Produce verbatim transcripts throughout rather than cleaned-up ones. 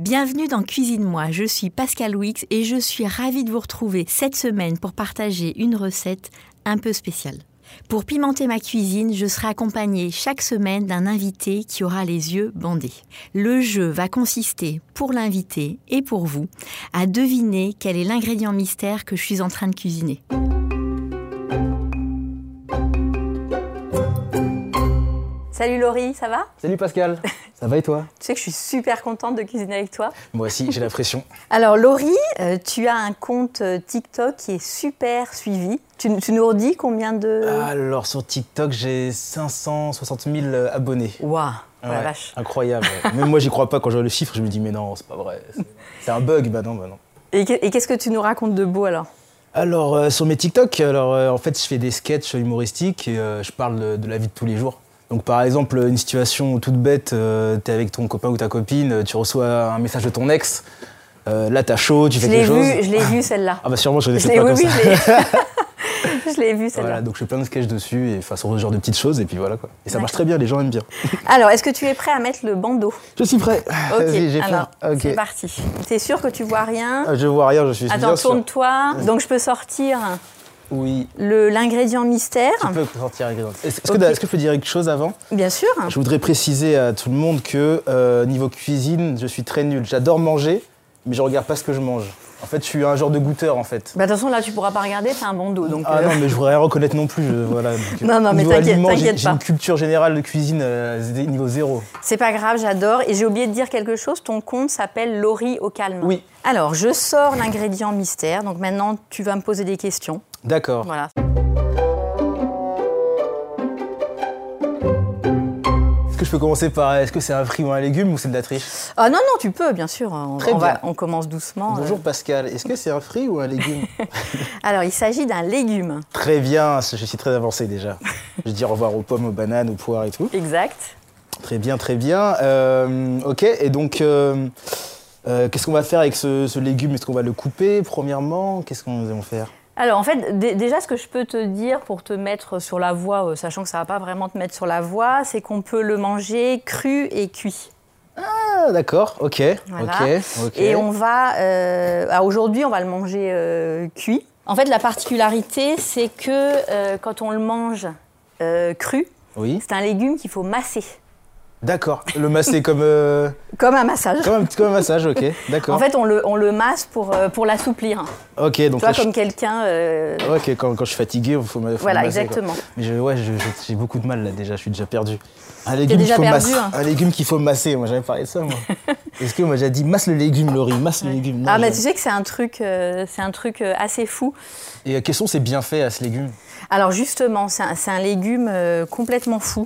Bienvenue dans Cuisine-moi, je suis Pascale Wix et je suis ravie de vous retrouver cette semaine pour partager une recette un peu spéciale. Pour pimenter ma cuisine, je serai accompagnée chaque semaine d'un invité qui aura les yeux bandés. Le jeu va consister, pour l'invité et pour vous, à deviner quel est l'ingrédient mystère que je suis en train de cuisiner. Salut Laurie, ça va ? Salut Pascal, ça va et toi ? Tu sais que je suis super contente de cuisiner avec toi. Moi aussi, j'ai la pression. Alors Laurie, euh, tu as un compte euh, TikTok qui est super suivi. Tu, tu nous redis combien de... Alors sur TikTok, j'ai cinq cent soixante mille abonnés. Waouh, ouais, la vache. Incroyable. Même moi, j'y crois pas quand je vois le chiffre, je me dis mais non, c'est pas vrai. C'est, c'est un bug, bah non, bah non. Et, et qu'est-ce que tu nous racontes de beau alors ? Alors euh, sur mes TikTok, alors euh, en fait, je fais des sketchs humoristiques et euh, je parle de, de la vie de tous les jours. Donc par exemple, une situation toute bête, euh, t'es avec ton copain ou ta copine, tu reçois un message de ton ex, euh, là t'as chaud, tu je fais quelque chose. Vu, je l'ai vu celle-là. Ah bah sûrement je ne sais pas oui, comme oui, ça. Je l'ai vu celle-là. Voilà, donc je fais plein de sketchs dessus et enfin sur ce genre de petites choses et puis voilà quoi. Et ça marche très bien, les gens aiment bien. Alors, est-ce que tu es prêt à mettre le bandeau ? Je suis prêt. Ok, Vas-y, j'ai alors faim. Okay. C'est parti. T'es sûr que tu vois rien ? Je vois rien, je suis Attends, bien sûr. Attends, tourne-toi. Donc je peux sortir... Oui. Le, l'ingrédient mystère. Tu peux sortir l'ingrédient. Est-ce, est-ce, okay. que, est-ce que je peux dire quelque chose avant ? Bien sûr. Je voudrais préciser à tout le monde que euh, niveau cuisine, je suis très nul. J'adore manger, mais je regarde pas ce que je mange. En fait, je suis un genre de goûteur, en fait. Bah, de toute façon, là, tu pourras pas regarder, t'as un bon dos. Donc, ah euh... non, mais je voudrais rien reconnaître non plus. Je, voilà, donc, non, non, mais t'inquiète, aliment, t'inquiète j'ai, pas. J'ai une culture générale de cuisine euh, niveau zéro. C'est pas grave, j'adore. Et j'ai oublié de dire quelque chose, ton compte s'appelle Laurie au calme. Oui. Alors, je sors l'ingrédient mystère. Donc maintenant, tu vas me poser des questions. D'accord. Voilà. Est-ce que je peux commencer par, est-ce que c'est un fruit ou un légume ou c'est de la triche ? Ah non, non, tu peux, bien sûr. On, Très on, bien. Va, on commence doucement. Bonjour euh... Pascal, est-ce que c'est un fruit ou un légume ? Alors, il s'agit d'un légume. Très bien, je suis très avancé déjà. Je dis au revoir aux pommes, aux bananes, aux poires et tout. Exact. Très bien, très bien. Euh, ok, et donc, euh, euh, qu'est-ce qu'on va faire avec ce, ce légume ? Est-ce qu'on va le couper, premièrement ? Qu'est-ce qu'on va faire ? Alors en fait, d- déjà ce que je peux te dire pour te mettre sur la voie, euh, sachant que ça va pas vraiment te mettre sur la voie, c'est qu'on peut le manger cru et cuit. Ah d'accord, ok, voilà. ok, ok. Et on va, euh, alors aujourd'hui on va le manger euh, cuit. En fait la particularité c'est que euh, quand on le mange euh, cru, oui. C'est un légume qu'il faut masser. D'accord, le masser comme... Euh... Comme un massage. Comme un, comme un massage, ok, d'accord. En fait, on le, on le masse pour, euh, pour l'assouplir. Ok, donc... Tu vois, là, comme je... quelqu'un... Euh... Ok, quand, quand je suis fatigué, il faut me Voilà, masser, exactement. Quoi. Mais je, ouais, je, je, j'ai beaucoup de mal là déjà, je suis déjà perdu. Un légume, déjà qu'il faut perdu, masser. hein. Un légume qu'il faut masser, moi j'avais parlé de ça, moi. Est-ce que moi j'ai dit masse le légume, Laurie, masse ouais. le légume. Non, ah, mais tu sais que c'est un truc, euh, c'est un truc euh, assez fou. Et euh, quels sont ses bienfaits à ce légume ? Alors justement, c'est un, c'est un légume euh, complètement fou.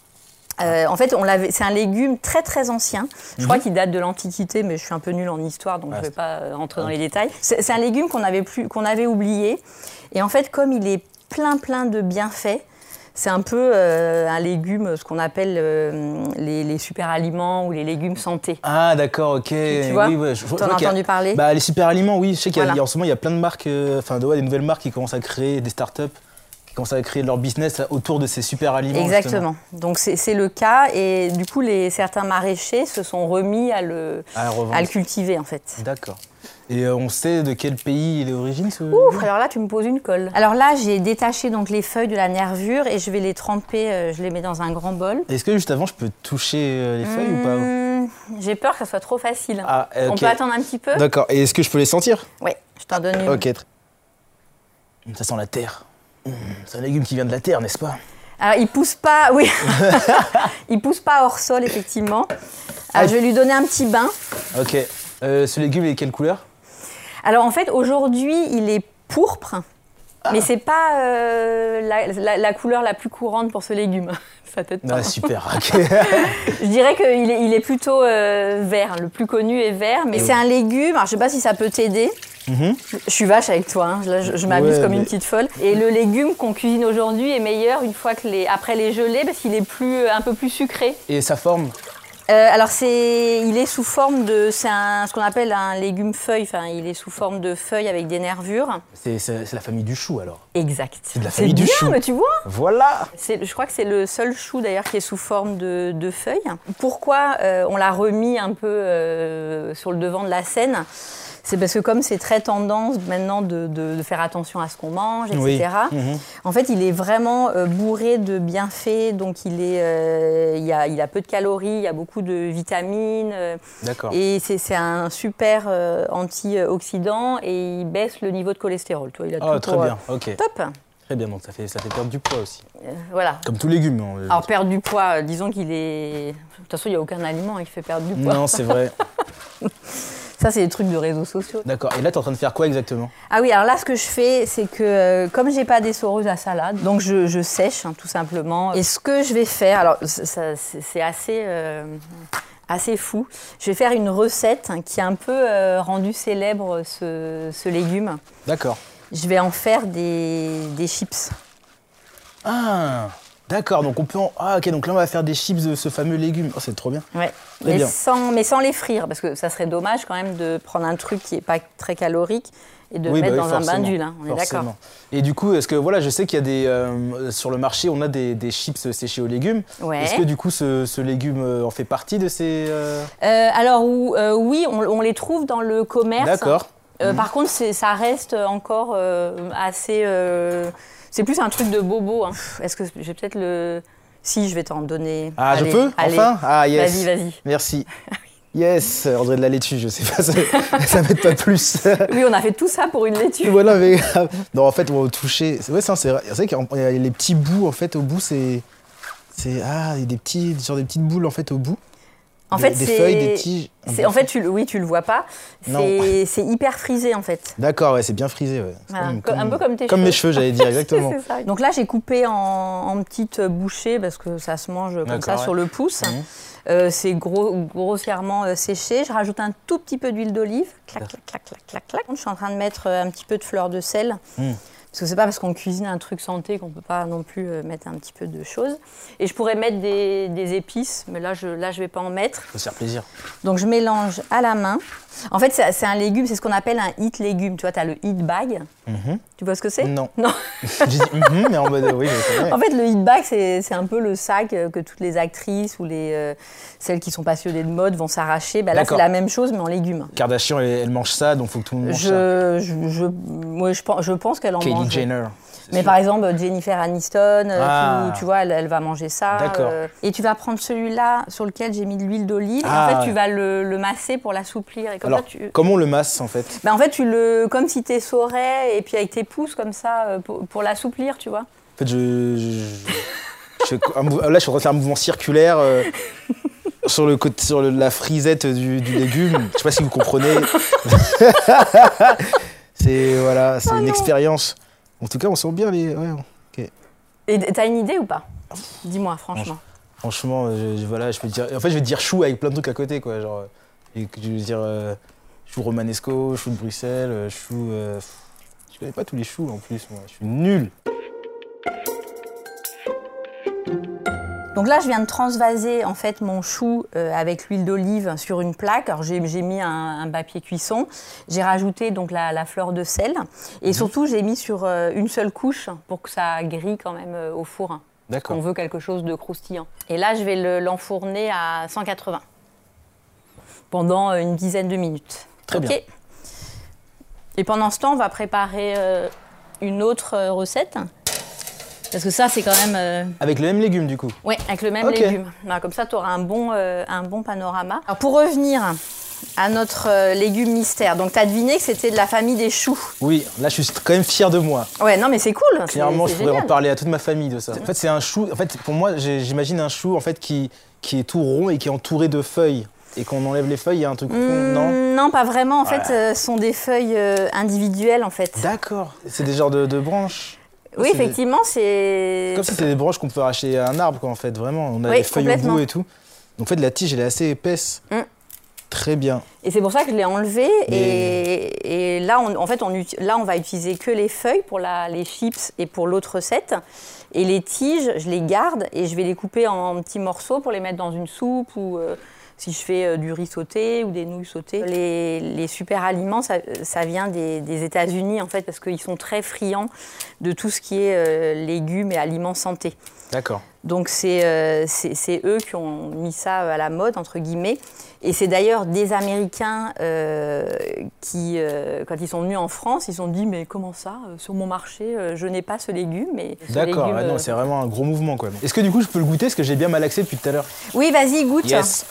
Euh, en fait, on l'avait, c'est un légume très très ancien. Je mm-hmm. crois qu'il date de l'Antiquité, mais je suis un peu nulle en histoire, donc ah, je ne vais pas rentrer dans les détails. C'est, c'est un légume qu'on avait, plus, qu'on avait oublié. Et en fait, comme il est plein plein de bienfaits, c'est un peu euh, un légume, ce qu'on appelle euh, les, les super aliments ou les légumes santé. Ah d'accord, ok. Tu, tu vois, oui, ouais, je, je t'en as entendu a, parler ? Bah les super aliments, oui. Je sais qu'en voilà. ce moment il y a plein de marques, enfin euh, ouais, des nouvelles marques qui commencent à créer des startups. Qui commencent à créer leur business autour de ces super aliments. Exactement. Justement. Donc c'est, c'est le cas et du coup les, certains maraîchers se sont remis à le, à, à le cultiver en fait. D'accord. Et euh, on sait de quel pays il est origine ce... Ouf, alors là tu me poses une colle. Alors là j'ai détaché donc les feuilles de la nervure et je vais les tremper, euh, je les mets dans un grand bol. Est-ce que juste avant je peux toucher euh, les feuilles mmh, ou pas ? J'ai peur que ça soit trop facile. Ah, okay. On peut attendre un petit peu ? D'accord. Et est-ce que je peux les sentir ? Oui, je t'en donne une. Ok. Ça sent la terre. Mmh, c'est un légume qui vient de la terre, n'est-ce pas ? Alors, il pousse pas, oui, il pousse pas hors sol, effectivement. Alors, ah, je vais lui donner un petit bain. Ok. Euh, ce légume est quelle couleur ? Alors, en fait, aujourd'hui, il est pourpre, ah. mais c'est pas euh, la, la, la couleur la plus courante pour ce légume. Ça t'aide pas. Ah, super, ok. Je dirais qu'il est, il est plutôt euh, vert. Le plus connu est vert, mais et c'est oui. un légume. Alors, je sais pas si ça peut t'aider. Mmh. Je suis vache avec toi, hein. Là, je, je m'amuse ouais, comme mais... une petite folle. Et le légume qu'on cuisine aujourd'hui est meilleur une fois que les, après les gelées parce qu'il est plus, un peu plus sucré. Et sa forme ? euh, Alors, c'est, il est sous forme de... C'est un, ce qu'on appelle un légume feuille. Enfin, il est sous forme de feuilles avec des nervures. C'est, c'est, c'est la famille du chou, alors. Exact. C'est de la famille c'est du bien, chou. Mais tu vois. Voilà. C'est, je crois que c'est le seul chou, d'ailleurs, qui est sous forme de, de feuilles. Pourquoi euh, on l'a remis un peu euh, sur le devant de la scène ? C'est parce que comme c'est très tendance maintenant de, de, de faire attention à ce qu'on mange, et cetera. Oui. Mmh. En fait, il est vraiment euh, bourré de bienfaits. Donc, il, est, euh, il, a, il a peu de calories, il y a beaucoup de vitamines. Euh, D'accord. Et c'est, c'est un super euh, antioxydant et il baisse le niveau de cholestérol. Tu vois, il a oh, tout très pour, bien, ok. Top. Très bien, donc ça fait, ça fait perdre du poids aussi. Euh, voilà. Comme tous les légumes. Hein, Alors, perdre du poids, euh, disons qu'il est... De toute façon, il n'y a aucun aliment qui fait perdre du poids. Non, c'est vrai. Ça, c'est des trucs de réseaux sociaux. D'accord. Et là, tu es en train de faire quoi exactement ? Ah oui, alors là, ce que je fais, c'est que euh, comme j'ai pas d'essoreuse à salade, donc je, je sèche hein, tout simplement. Et ce que je vais faire, alors ça, c'est, c'est assez, euh, assez fou. Je vais faire une recette hein, qui a un peu euh, rendu célèbre ce, ce légume. D'accord. Je vais en faire des, des chips. Ah, d'accord. Donc on peut en... Ah ok, donc là on va faire des chips de ce fameux légume. Oh, c'est trop bien. Ouais. Mais sans, mais sans les frire, parce que ça serait dommage quand même de prendre un truc qui n'est pas très calorique et de oui, le mettre bah oui, dans forcément. un bain d'huile. Hein. On est forcément. d'accord. Et du coup, est-ce que voilà, je sais qu'il y a des euh, sur le marché, on a des, des chips séchés aux légumes. Ouais. Est-ce que du coup, ce, ce légume euh, en fait partie de ces euh... Euh, Alors où, euh, oui, on, on les trouve dans le commerce. D'accord. Euh, mmh. Par contre, c'est, ça reste encore euh, assez. Euh, c'est plus un truc de bobo. Hein. Est-ce que j'ai peut-être le. Si, je vais t'en donner. Ah, allez, je peux allez. Enfin Ah, yes. Vas-y, vas-y. Merci. Yes, André de la laitue, je sais pas, ça, ça m'aide pas plus. Oui, on a fait tout ça pour une laitue. Voilà, mais non, en fait, on va toucher. C'est vrai, c'est vrai, c'est vrai qu'il y a les petits bouts, en fait, au bout, c'est, c'est ah, il y a des petits, genre des petites boules en fait au bout. En des, fait, des c'est, feuilles, des tiges. C'est, en fait, tu, oui, tu le vois pas. C'est, c'est hyper frisé en fait. D'accord, ouais, c'est bien frisé, ouais. Voilà, comme, comme, un peu comme tes comme cheveux. mes cheveux, j'allais dire exactement. c'est ça. Donc là, j'ai coupé en, en petites bouchées parce que ça se mange comme D'accord, ça ouais. sur le pouce. Mmh. Euh, c'est gros, grossièrement euh, séché. Je rajoute un tout petit peu d'huile d'olive. Clac, clac, clac, clac, clac, clac. Je suis en train de mettre un petit peu de fleur de sel. Mmh. Parce que c'est pas parce qu'on cuisine un truc santé qu'on peut pas non plus euh, mettre un petit peu de choses. Et je pourrais mettre des, des épices, mais là je là je vais pas en mettre. Ça se faire plaisir. Donc je mélange à la main. En fait, c'est, c'est un légume, c'est ce qu'on appelle un heat légume. Tu vois, tu as le heat bag. Mm-hmm. Tu vois ce que c'est ? Non. Non. J'ai dit mm-hmm, mais en mode oui, je connais. En fait, le heat bag, c'est, c'est un peu le sac que toutes les actrices ou les, euh, celles qui sont passionnées de mode vont s'arracher. Ben là, c'est la même chose, mais en légumes. Kardashian, elle, elle mange ça, donc il faut que tout le monde mange je, ça. Je, je, moi, je, je pense qu'elle en Kylie mange. Jenner. Mais sûr. Par exemple, Jennifer Aniston, ah. tu, tu vois, elle, elle va manger ça. D'accord. Euh, et tu vas prendre celui-là sur lequel j'ai mis de l'huile d'olive. Ah. Et en fait, tu vas le, le masser pour l'assouplir. Et comme Alors, ça, tu... comment on le masse en fait ? Ben, en fait, tu le, comme si tu essorais et puis avec tes pouces comme ça pour, pour l'assouplir, tu vois. En fait, je, je, je, je là, je suis en train de faire un mouvement circulaire euh, sur le côté, sur le, la frisette du, du légume. Je sais pas si vous comprenez. c'est voilà, c'est oh une non. expérience. En tout cas, on sent bien les. Ouais, okay. Et t'as une idée ou pas ? Dis-moi, franchement. Franchement, je, je, voilà, je peux dire. En fait, je vais dire chou avec plein de trucs à côté, quoi. Genre, et, je vais dire euh, chou romanesco, chou de Bruxelles, chou. Euh, je connais pas tous les choux en plus, moi. Je suis nul. Donc là, je viens de transvaser en fait mon chou euh, avec l'huile d'olive sur une plaque. Alors j'ai, j'ai mis un, un papier cuisson. J'ai rajouté donc la, la fleur de sel et mmh. surtout j'ai mis sur euh, une seule couche pour que ça grille quand même euh, au four. D'accord. On veut quelque chose de croustillant. Et là, je vais le, l'enfourner à cent quatre-vingts pendant une dizaine de minutes. Très okay. bien. Et pendant ce temps, on va préparer euh, une autre euh, recette. Parce que ça, c'est quand même... Euh... Avec le même légume, du coup ? Oui, avec le même okay. légume. Alors, comme ça, tu auras un bon, euh, un bon panorama. Alors, pour revenir à notre euh, légume mystère, donc tu as deviné que c'était de la famille des choux. Oui, là, je suis quand même fier de moi. Ouais, non, mais c'est cool. Clairement, c'est, je c'est pourrais génial. en parler à toute ma famille de ça. En fait, c'est un chou... En fait, pour moi, j'imagine un chou en fait, qui, qui est tout rond et qui est entouré de feuilles. Et quand on enlève les feuilles, il y a un truc rond, mmh, non ? Non, pas vraiment. En voilà. fait, euh, ce sont des feuilles euh, individuelles, en fait. D'accord. C'est des genres de, de branches. Oui, c'est effectivement, des... c'est... Comme si c'était des branches qu'on peut arracher à un arbre, quoi, en fait, vraiment. On a oui, les feuilles au bout et tout. Donc, en fait, la tige, elle est assez épaisse. Mmh. Très bien. Et c'est pour ça que je l'ai enlevé. Mais... Et, et là, on, en fait, on, là, on va utiliser que les feuilles pour la, les chips et pour l'autre recette. Et les tiges, je les garde et je vais les couper en petits morceaux pour les mettre dans une soupe ou euh, si je fais euh, du riz sauté ou des nouilles sautées. Les, les super aliments, ça, ça vient des, des États-Unis en fait parce qu'ils sont très friands de tout ce qui est euh, légumes et aliments santé. D'accord. Donc c'est euh, eux qui ont mis ça à la mode, entre guillemets. Et c'est d'ailleurs des Américains euh, qui, euh, quand ils sont venus en France, ils se sont dit « mais comment ça, euh, sur mon marché, euh, je n'ai pas ce légume ». D'accord, ouais, non, c'est vraiment un gros mouvement quoi. Est-ce que du coup je peux le goûter, parce que j'ai bien malaxé depuis tout à l'heure? Oui, vas-y, goûte. Yes.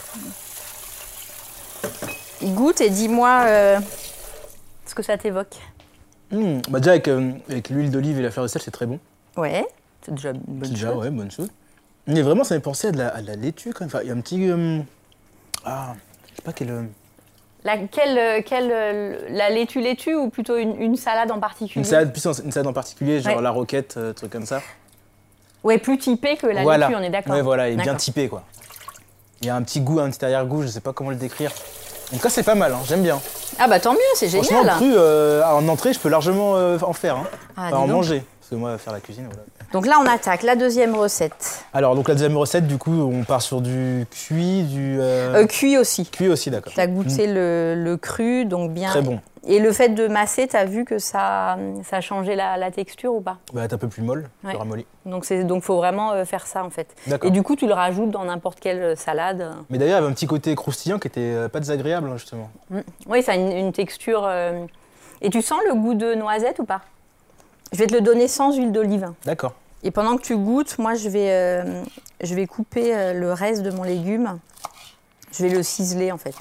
Goûte et dis-moi euh, ce que ça t'évoque. Mmh, bah déjà avec, euh, avec l'huile d'olive et la fleur de sel, c'est très bon. Ouais, c'est déjà une bonne chose. Déjà, ouais, bonne chose. Mais vraiment, ça m'est pensé à de, la, à de la laitue quand même. Enfin, il y a un petit... Euh, ah, je sais pas quel... Euh... La, quelle, quelle, la laitue laitue ou plutôt une, une salade en particulier? Une salade, plus une salade en particulier, genre ouais. la roquette, euh, truc comme ça. Ouais, plus typée que la voilà. laitue, on est d'accord. Ouais, voilà, et bien typé quoi. Il y a un petit goût, un petit arrière-goût, je sais pas comment le décrire. En tout cas, c'est pas mal, hein, j'aime bien. Ah bah tant mieux, c'est génial. Franchement, cru, euh, en entrée, je peux largement euh, en faire, hein. Ah, enfin, en manger. Parce que moi, faire la cuisine, voilà. Donc là, on attaque la deuxième recette. Alors, donc la deuxième recette, du coup, on part sur du cuit, du... Euh... Euh, cuit aussi. Cuit aussi, d'accord. Tu as goûté mmh. le, le cru, donc bien... Très bon. Et le fait de masser, tu as vu que ça, ça a changé la, la texture ou pas? Bah, t'es un peu plus molle, ouais. plus ramolli. Donc il faut vraiment euh, faire ça, en fait. D'accord. Et du coup, tu le rajoutes dans n'importe quelle salade. Mais d'ailleurs, il y avait un petit côté croustillant qui était euh, pas désagréable, hein, justement. Mmh. Oui, ça a une, une texture... Euh... Et tu sens le goût de noisette ou pas? Je vais te le donner sans huile d'olive. D'accord. Et pendant que tu goûtes, moi, je vais, euh, je vais couper euh, le reste de mon légume. Je vais le ciseler, en fait.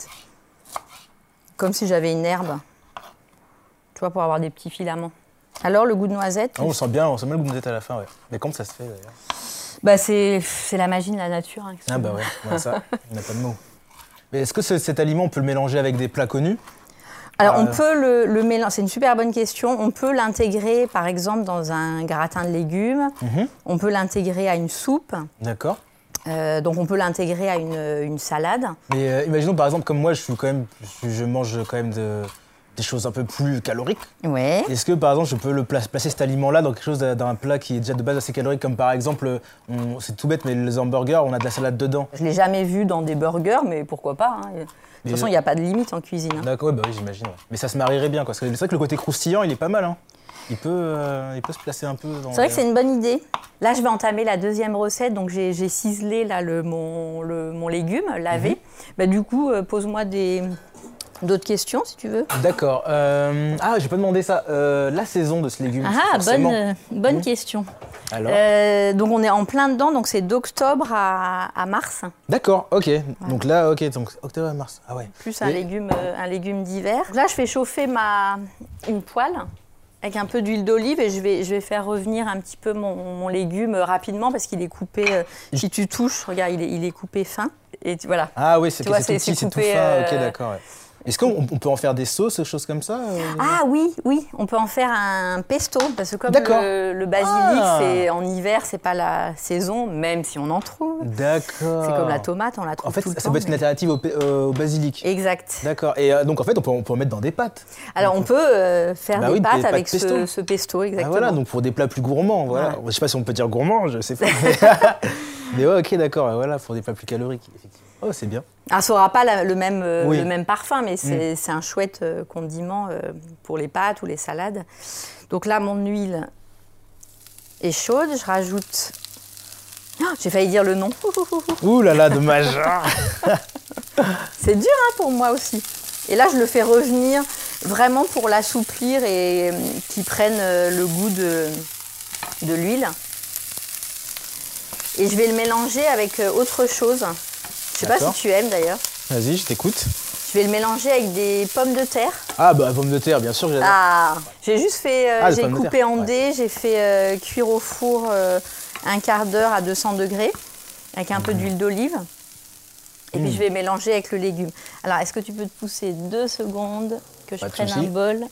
Comme si j'avais une herbe. Tu vois, pour avoir des petits filaments. Alors, le goût de noisette? Oh, on sent bien, on sent bien le goût de noisette à la fin, ouais. Mais comment ça se fait, d'ailleurs? Bah, c'est la magie de la nature. Hein, ah bah ouais, ouais ça, on n'a pas de mots. Mais est-ce que ce, cet aliment, on peut le mélanger avec des plats connus? Alors, euh... on peut le, le mélanger, c'est une super bonne question. On peut l'intégrer, par exemple, dans un gratin de légumes. Mm-hmm. On peut l'intégrer à une soupe. D'accord. Euh, donc, on peut l'intégrer à une, une salade. Mais euh, imaginons, par exemple, comme moi, je, suis quand même, je, je mange quand même de, des choses un peu plus caloriques. Ouais. Est-ce que, par exemple, je peux le placer, placer cet aliment-là dans quelque chose, dans un plat qui est déjà de base assez calorique, comme par exemple, c'est tout bête, mais les hamburgers, on a de la salade dedans. Je ne l'ai jamais vu dans des burgers, mais pourquoi pas, hein. De toute façon, il n'y a pas de limite en cuisine. Hein. D'accord, ouais, bah oui, j'imagine. Ouais. Mais ça se marierait bien, quoi. C'est vrai que le côté croustillant, il est pas mal. Hein. Il, peut, euh, il peut se placer un peu dans... C'est vrai que c'est une bonne idée. Là, je vais entamer la deuxième recette. Donc, j'ai ciselé là, le, mon, le, mon légume, lavé. Mm-hmm. Bah, du coup, euh, pose-moi des... d'autres questions, si tu veux. D'accord. Euh... Ah, j'ai pas demandé ça. Euh, la saison de ce légume. Ah, bonne, euh, bonne mmh. question. Alors euh, donc, on est en plein dedans. Donc, c'est d'octobre à, à mars. D'accord, ok. Voilà. Donc là, ok, donc octobre à mars. Ah ouais. Plus un Et... légume, euh, un légume d'hiver. Là, je fais chauffer ma... une poêle avec un peu d'huile d'olive et je vais, je vais faire revenir un petit peu mon, mon légume rapidement parce qu'il est coupé. Euh, si tu touches, regarde, il est, il est coupé fin. Et tu, voilà. Ah oui, c'est tout petit, c'est tout fin. Euh... Ok, d'accord. Ouais. Est-ce qu'on peut en faire des sauces, des choses comme ça? Ah oui, oui, on peut en faire un pesto, parce que comme le, le basilic, ah. c'est en hiver, c'est pas la saison, même si on en trouve. D'accord. C'est comme la tomate, on la trouve en fait, tout le ça temps. peut être mais... une alternative au, euh, au basilic. Exact. D'accord. Et euh, donc en fait, on peut, on peut en mettre dans des pâtes. Alors donc, on peut euh, faire bah des oui, pâtes des avec pâtes pesto. Ce, ce pesto, exactement. Ah voilà, donc pour des plats plus gourmands, voilà. Ouais. Je sais pas si on peut dire gourmand, je sais pas. Mais ouais, ok, d'accord, voilà, pour des plats plus caloriques, effectivement. Oh, c'est bien. Ah, ça n'aura pas la, le, même, euh, oui. le même parfum, mais c'est mmh. un chouette euh, condiment euh, pour les pâtes ou les salades. Donc là, mon huile est chaude. Je rajoute... Oh, j'ai failli dire le nom. Ouh là là, dommage. C'est dur hein, pour moi aussi. Et là, je le fais revenir vraiment pour l'assouplir et euh, qu'il prenne euh, le goût de, de l'huile. Et je vais le mélanger avec euh, autre chose. Je sais pas si tu aimes d'ailleurs. Vas-y, je t'écoute. Je vais le mélanger avec des pommes de terre. Ah bah pommes de terre, bien sûr que j'adore. Ah, j'ai juste fait, euh, ah, j'ai coupé en dés, ouais. J'ai fait euh, cuire au four euh, un quart d'heure à deux cents degrés avec un mmh. peu d'huile d'olive. Et mmh. puis je vais mélanger avec le légume. Alors, est-ce que tu peux te pousser deux secondes que je pas prenne un bol?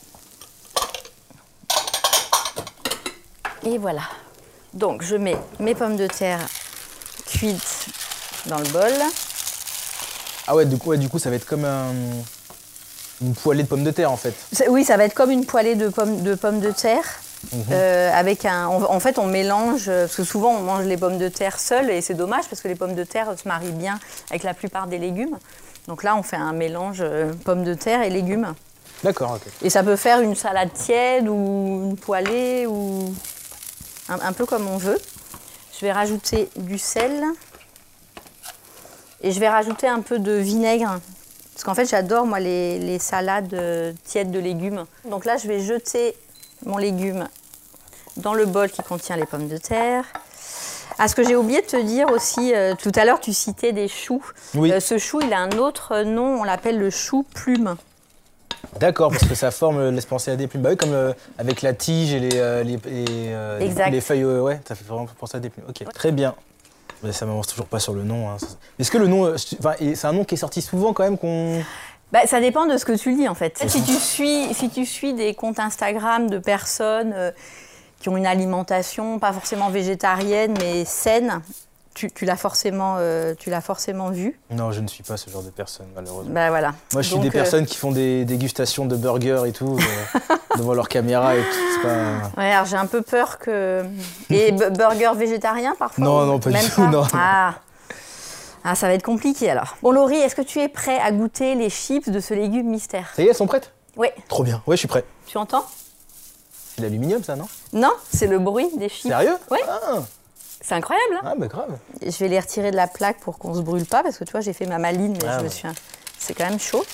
Et voilà. Donc, je mets mes pommes de terre cuites dans le bol. Ah ouais, du coup, ouais, du coup ça va être comme un, une poêlée de pommes de terre en fait. Oui, ça va être comme une poêlée de pommes de, pommes de terre. Mmh. Euh, avec un, on, en fait, on mélange, parce que souvent on mange les pommes de terre seules et c'est dommage parce que les pommes de terre se marient bien avec la plupart des légumes. Donc là, on fait un mélange euh, pommes de terre et légumes. D'accord, ok. Et ça peut faire une salade tiède ou une poêlée ou un, un peu comme on veut. Je vais rajouter du sel et je vais rajouter un peu de vinaigre. Parce qu'en fait, j'adore moi les, les salades euh, tièdes de légumes. Donc là, je vais jeter mon légume dans le bol qui contient les pommes de terre. Ah, ce que j'ai oublié de te dire aussi, euh, tout à l'heure, tu citais des choux. Oui. Euh, ce chou, il a un autre nom, on l'appelle le chou plume. D'accord, parce que ça forme, euh, laisse penser à des plumes. Bah oui, comme euh, avec la tige et les, euh, les, les, euh, les, les feuilles, euh, ouais, ça fait vraiment penser à des plumes. Ok, très bien. Mais ça m'avance toujours pas sur le nom. Hein. Est-ce que le nom, euh, c'est un nom qui est sorti souvent quand même qu'on... Bah, ça dépend de ce que tu lis en fait. Si tu suis, si tu suis des comptes Instagram de personnes euh, qui ont une alimentation pas forcément végétarienne mais saine, tu, tu l'as forcément, euh, tu l'as forcément vu. Non, je ne suis pas ce genre de personne malheureusement. Bah voilà. Moi, je suis Donc, des euh... personnes qui font des dégustations de burgers et tout euh, devant leur caméra et tout. C'est pas... Ouais, alors j'ai un peu peur que. Et burger végétarien parfois. Non, non, pas même du tout. Pas non. Ah. Ah, ça va être compliqué alors. Bon, Laurie, est-ce que tu es prêt à goûter les chips de ce légume mystère? Ça y est, elles sont prêtes? Oui. Trop bien. Ouais, je suis prêt. Tu entends? C'est l'aluminium, ça, non? Non, c'est le bruit des chips. Sérieux? Oui. Ah. C'est incroyable, hein? Ah, bah grave. Je vais les retirer de la plaque pour qu'on se brûle pas, parce que tu vois, j'ai fait ma maline, mais ah, je me ouais. suis... C'est quand même chaud.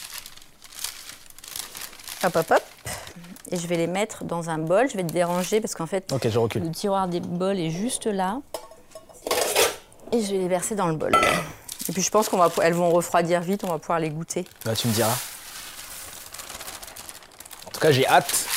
Hop, hop, hop. Et je vais les mettre dans un bol. Je vais te déranger, parce qu'en fait, okay, je recule. Le tiroir des bols est juste là. Et je vais les verser dans le bol. Et puis je pense qu'elles vont refroidir vite, on va pouvoir les goûter. Bah, tu me diras. En tout cas, j'ai hâte.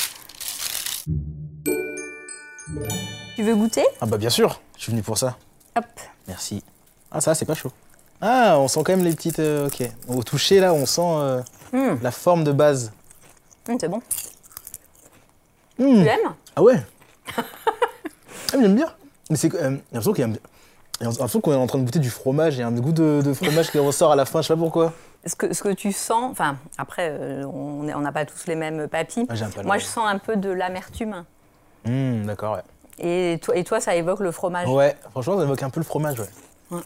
Tu veux goûter? Ah bah bien sûr, je suis venu pour ça. Hop. Merci. Ah ça, c'est pas chaud. Ah, on sent quand même les petites... Euh, ok. Au toucher, là, on sent euh, mm. la forme de base. Mm, c'est bon. Mm. Tu aimes? Ah ouais. Ah, j'aime bien. Mais c'est... Euh, j'ai l'impression qu'il y a... J'ai l'impression qu'on est en train de goûter du fromage. Il y a un goût de, de fromage qui ressort à la fin, je sais pas pourquoi. Ce que, ce que tu sens... Enfin, après, euh, on n'a pas tous les mêmes papilles. Ah, j'aime pas. Moi, je sens un peu de l'amertume. Mmh, d'accord, ouais. Et toi, et toi, ça évoque le fromage. Ouais, franchement, ça évoque un peu le fromage, ouais. ouais.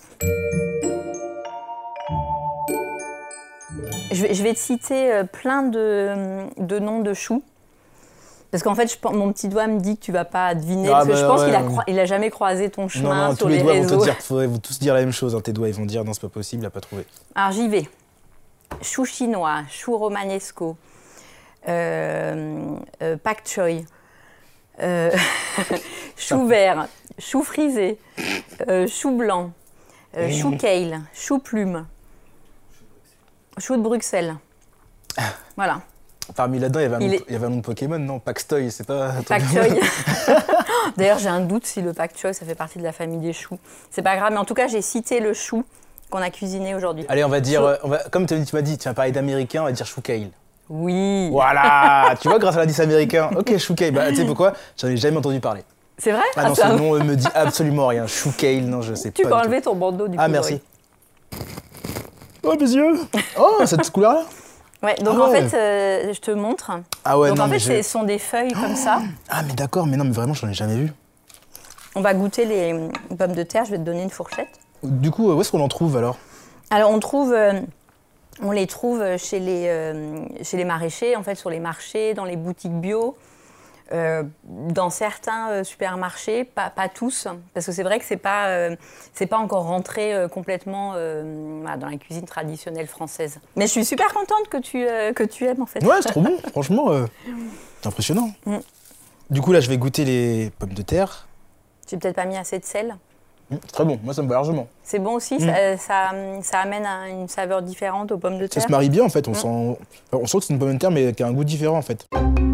Je, vais, je vais te citer plein de, de noms de choux. Parce qu'en fait, je, mon petit doigt me dit que tu vas pas deviner. Ah parce bah que je pense ouais, qu'il a, ouais. il a jamais croisé ton chemin non, non, sur tous les, les doigts réseaux. Vont te dire, faut, ils vont tous dire la même chose. Hein, tes doigts, ils vont dire non, c'est pas possible, il a pas trouvé. Alors j'y vais. Chou chinois, chou romanesco, euh, euh, pak choy, euh, chou vert, chou frisé, euh, chou blanc, euh, chou kale, chou plume, chou de Bruxelles. Voilà. Parmi là-dedans, il, il, est... il y avait un nom de Pokémon, non? Pakstoy, c'est pas... Pak choy. D'ailleurs, j'ai un doute si le pak choy, ça fait partie de la famille des choux. C'est pas grave, mais en tout cas, j'ai cité le chou qu'on a cuisiné aujourd'hui. Allez, on va dire... Euh, on va, comme tu m'as dit, tu vas parler d'américain, on va dire chou kale. Oui. Voilà. Tu vois, grâce à l'indice américain. Ok, chou kale. Bah, tu sais pourquoi? J'en ai jamais entendu parler. C'est vrai? Ah, ah non, ce un... nom me dit absolument rien. Chou kale, non, je sais tu pas. Tu peux enlever ton bandeau du coup. Ah, merci. Oh, mes yeux. Oh, cette couleur-là. Ouais, donc ah ouais. en fait, euh, je te montre. Ah ouais, donc non, en fait, ce sont des feuilles oh comme ça. Ah mais d'accord, mais non, mais vraiment, j'en ai jamais vu. On va goûter les pommes de terre, je vais te donner une fourchette. Du coup, où est-ce qu'on en trouve alors? Alors on trouve, euh, on les trouve chez les, euh, chez les maraîchers, en fait, sur les marchés, dans les boutiques bio, euh, dans certains euh, supermarchés, pas, pas tous, parce que c'est vrai que c'est pas, euh, c'est pas encore rentré euh, complètement euh, dans la cuisine traditionnelle française. Mais je suis super contente que tu, euh, que tu aimes en fait. Ouais, c'est trop bon, franchement, euh, c'est impressionnant. Mm. Du coup là, je vais goûter les pommes de terre. J'ai peut-être pas mis assez de sel. Mmh, très bon, moi ça me va largement. C'est bon aussi, mmh. ça, ça, ça amène une saveur différente aux pommes de terre. Ça se marie bien en fait, on, mmh. sent, on sent que c'est une pomme de terre mais qui a un goût différent en fait.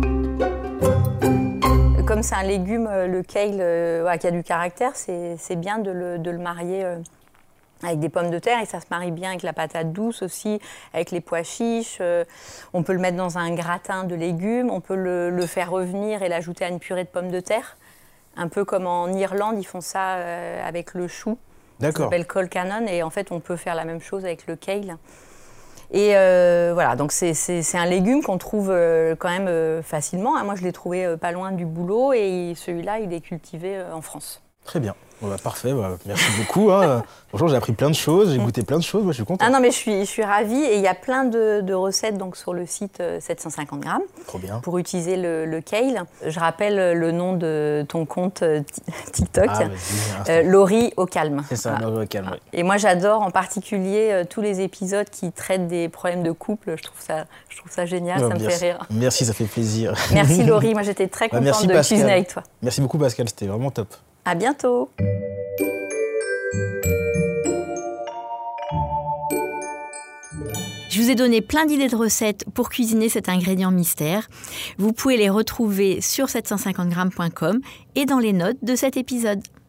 Comme c'est un légume, le kale, euh, ouais, qui a du caractère, c'est bien de le, de le marier euh, avec des pommes de terre et ça se marie bien avec la patate douce aussi, avec les pois chiches. Euh, on peut le mettre dans un gratin de légumes, on peut le, le faire revenir et l'ajouter à une purée de pommes de terre. Un peu comme en Irlande, ils font ça euh, avec le chou. D'accord. Ça s'appelle Colcannon et en fait, on peut faire la même chose avec le kale. Et euh, voilà, donc c'est, c'est, c'est un légume qu'on trouve euh, quand même euh, facilement. Hein. Moi, je l'ai trouvé euh, pas loin du boulot et celui-là, il est cultivé euh, en France. Très bien. Bon, bah, parfait, bah, merci beaucoup. Hein. Bonjour, j'ai appris plein de choses, j'ai goûté plein de choses, moi je suis content. Ah non, mais je suis, je suis ravie et il y a plein de, de recettes donc, sur le site euh, sept cent cinquante grammes. Trop bien. Pour utiliser le, le kale. Je rappelle le nom de ton compte euh, TikTok, Ah, euh, Laurie au calme. C'est ça, voilà. Laurie au calme, oui. Et moi j'adore en particulier euh, tous les épisodes qui traitent des problèmes de couple. Je trouve ça, je trouve ça génial, Oh, ça merci. me fait rire. Merci, ça fait plaisir. Merci Laurie, moi j'étais très contente bah, merci, de Pascal. cuisiner avec toi. Merci beaucoup Pascal, c'était vraiment top. À bientôt. Je vous ai donné plein d'idées de recettes pour cuisiner cet ingrédient mystère. Vous pouvez les retrouver sur sept cent cinquante grammes point com et dans les notes de cet épisode.